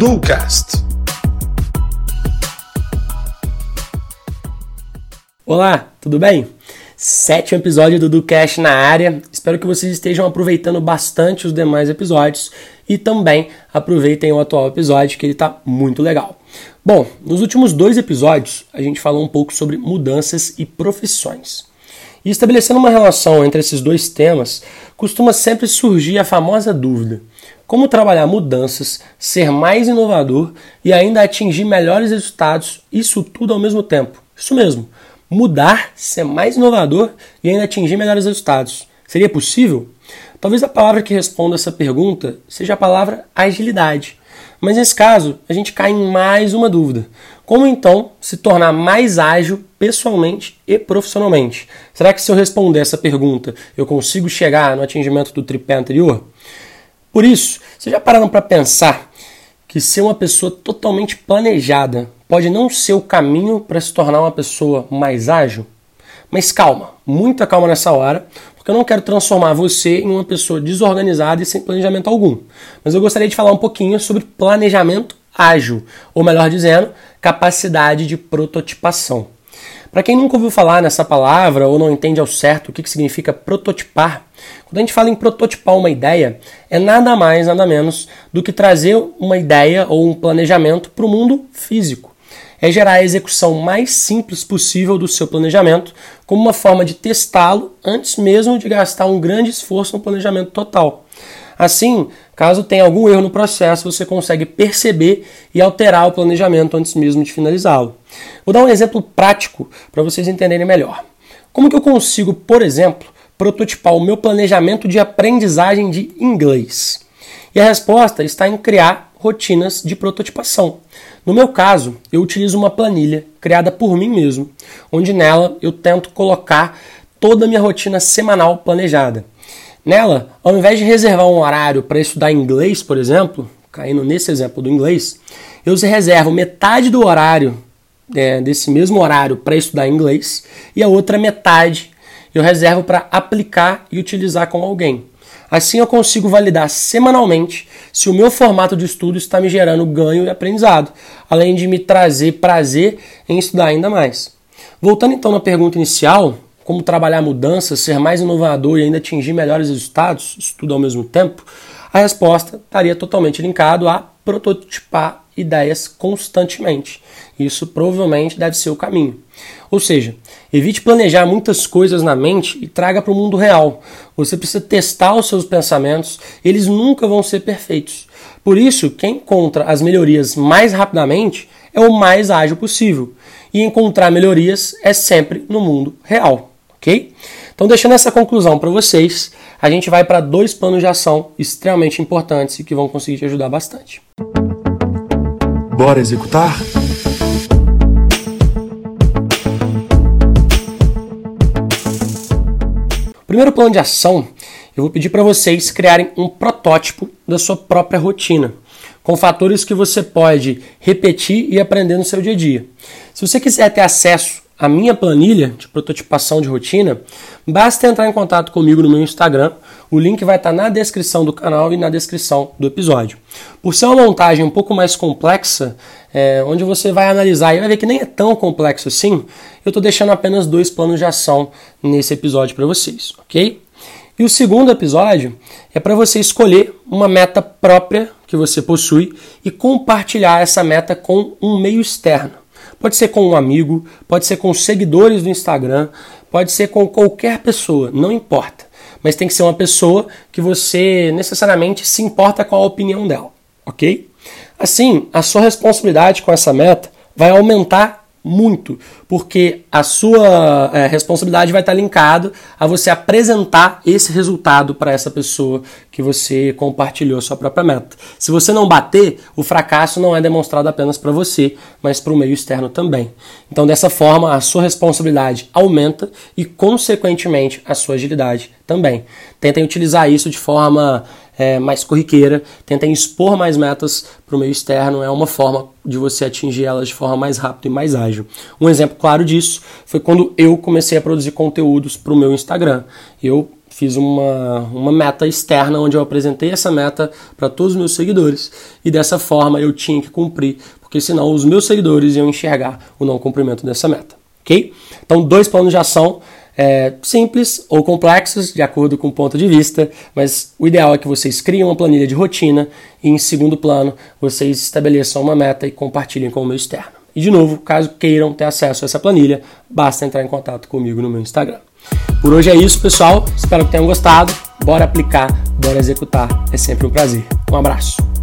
Duducast. Olá, tudo bem? 7º episódio do Duducast na área. Espero que vocês estejam aproveitando bastante os demais episódios e também aproveitem o atual episódio, que ele está muito legal. Bom, nos últimos 2 episódios a gente falou um pouco sobre mudanças e profissões. E estabelecendo uma relação entre esses 2 temas, costuma sempre surgir a famosa dúvida: como trabalhar mudanças, ser mais inovador e ainda atingir melhores resultados, isso tudo ao mesmo tempo? Isso mesmo, mudar, ser mais inovador e ainda atingir melhores resultados. Seria possível? Talvez a palavra que responda essa pergunta seja a palavra agilidade. Mas nesse caso, a gente cai em mais uma dúvida. Como então se tornar mais ágil pessoalmente e profissionalmente? Será que se eu responder essa pergunta, eu consigo chegar no atingimento do tripé anterior? Por isso, vocês já pararam para pensar que ser uma pessoa totalmente planejada pode não ser o caminho para se tornar uma pessoa mais ágil? Mas calma, muita calma nessa hora, porque eu não quero transformar você em uma pessoa desorganizada e sem planejamento algum. Mas eu gostaria de falar um pouquinho sobre planejamento ágil, ou melhor dizendo, capacidade de prototipação. Para quem nunca ouviu falar nessa palavra ou não entende ao certo o que significa prototipar, quando a gente fala em prototipar uma ideia, é nada mais, nada menos do que trazer uma ideia ou um planejamento para o mundo físico. É gerar a execução mais simples possível do seu planejamento, como uma forma de testá-lo antes mesmo de gastar um grande esforço no planejamento total. Assim, caso tenha algum erro no processo, você consegue perceber e alterar o planejamento antes mesmo de finalizá-lo. Vou dar um exemplo prático para vocês entenderem melhor. Como que eu consigo, por exemplo, prototipar o meu planejamento de aprendizagem de inglês? E a resposta está em criar rotinas de prototipação. No meu caso, eu utilizo uma planilha criada por mim mesmo, onde nela eu tento colocar toda a minha rotina semanal planejada. Nela, ao invés de reservar um horário para estudar inglês, por exemplo, caindo nesse exemplo do inglês, eu reservo metade do horário desse mesmo horário para estudar inglês e a outra metade eu reservo para aplicar e utilizar com alguém. Assim eu consigo validar semanalmente se o meu formato de estudo está me gerando ganho e aprendizado, além de me trazer prazer em estudar ainda mais. Voltando então na pergunta inicial, como trabalhar mudanças, ser mais inovador e ainda atingir melhores resultados, isso tudo ao mesmo tempo, a resposta estaria totalmente linkado a prototipar ideias constantemente. Isso provavelmente deve ser o caminho. Ou seja, evite planejar muitas coisas na mente e traga para o mundo real. Você precisa testar os seus pensamentos, eles nunca vão ser perfeitos. Por isso, quem encontra as melhorias mais rapidamente é o mais ágil possível. E encontrar melhorias é sempre no mundo real. Ok? Então, deixando essa conclusão para vocês, a gente vai para 2 planos de ação extremamente importantes e que vão conseguir te ajudar bastante. Bora executar? Primeiro plano de ação, eu vou pedir para vocês criarem um protótipo da sua própria rotina, com fatores que você pode repetir e aprender no seu dia a dia. Se você quiser ter acesso à minha planilha de prototipação de rotina, basta entrar em contato comigo no meu Instagram. O link vai estar na descrição do canal e na descrição do episódio. Por ser uma montagem um pouco mais complexa, onde você vai analisar e vai ver que nem é tão complexo assim, eu estou deixando apenas 2 planos de ação nesse episódio para vocês, ok? E o segundo episódio é para você escolher uma meta própria que você possui e compartilhar essa meta com um meio externo. Pode ser com um amigo, pode ser com seguidores do Instagram, pode ser com qualquer pessoa, não importa. Mas tem que ser uma pessoa que você necessariamente se importa com a opinião dela, ok? Assim, a sua responsabilidade com essa meta vai aumentar muito, porque a sua responsabilidade vai estar linkado a você apresentar esse resultado para essa pessoa que você compartilhou a sua própria meta. Se você não bater, o fracasso não é demonstrado apenas para você, mas para o meio externo também. Então, dessa forma, a sua responsabilidade aumenta e, consequentemente, a sua agilidade também. Tentem utilizar isso de forma mais corriqueira, tentem expor mais metas para o meio externo, é uma forma de você atingir elas de forma mais rápida e mais ágil. Um exemplo claro disso foi quando eu comecei a produzir conteúdos para o meu Instagram. Eu fiz uma meta externa onde eu apresentei essa meta para todos os meus seguidores e dessa forma eu tinha que cumprir, porque senão os meus seguidores iam enxergar o não cumprimento dessa meta, ok? Então 2 planos de ação simples ou complexos, de acordo com o ponto de vista, mas o ideal é que vocês criem uma planilha de rotina e em segundo plano vocês estabeleçam uma meta e compartilhem com o meu externo. E de novo, caso queiram ter acesso a essa planilha, basta entrar em contato comigo no meu Instagram. Por hoje é isso, pessoal. Espero que tenham gostado. Bora aplicar, bora executar. É sempre um prazer. Um abraço.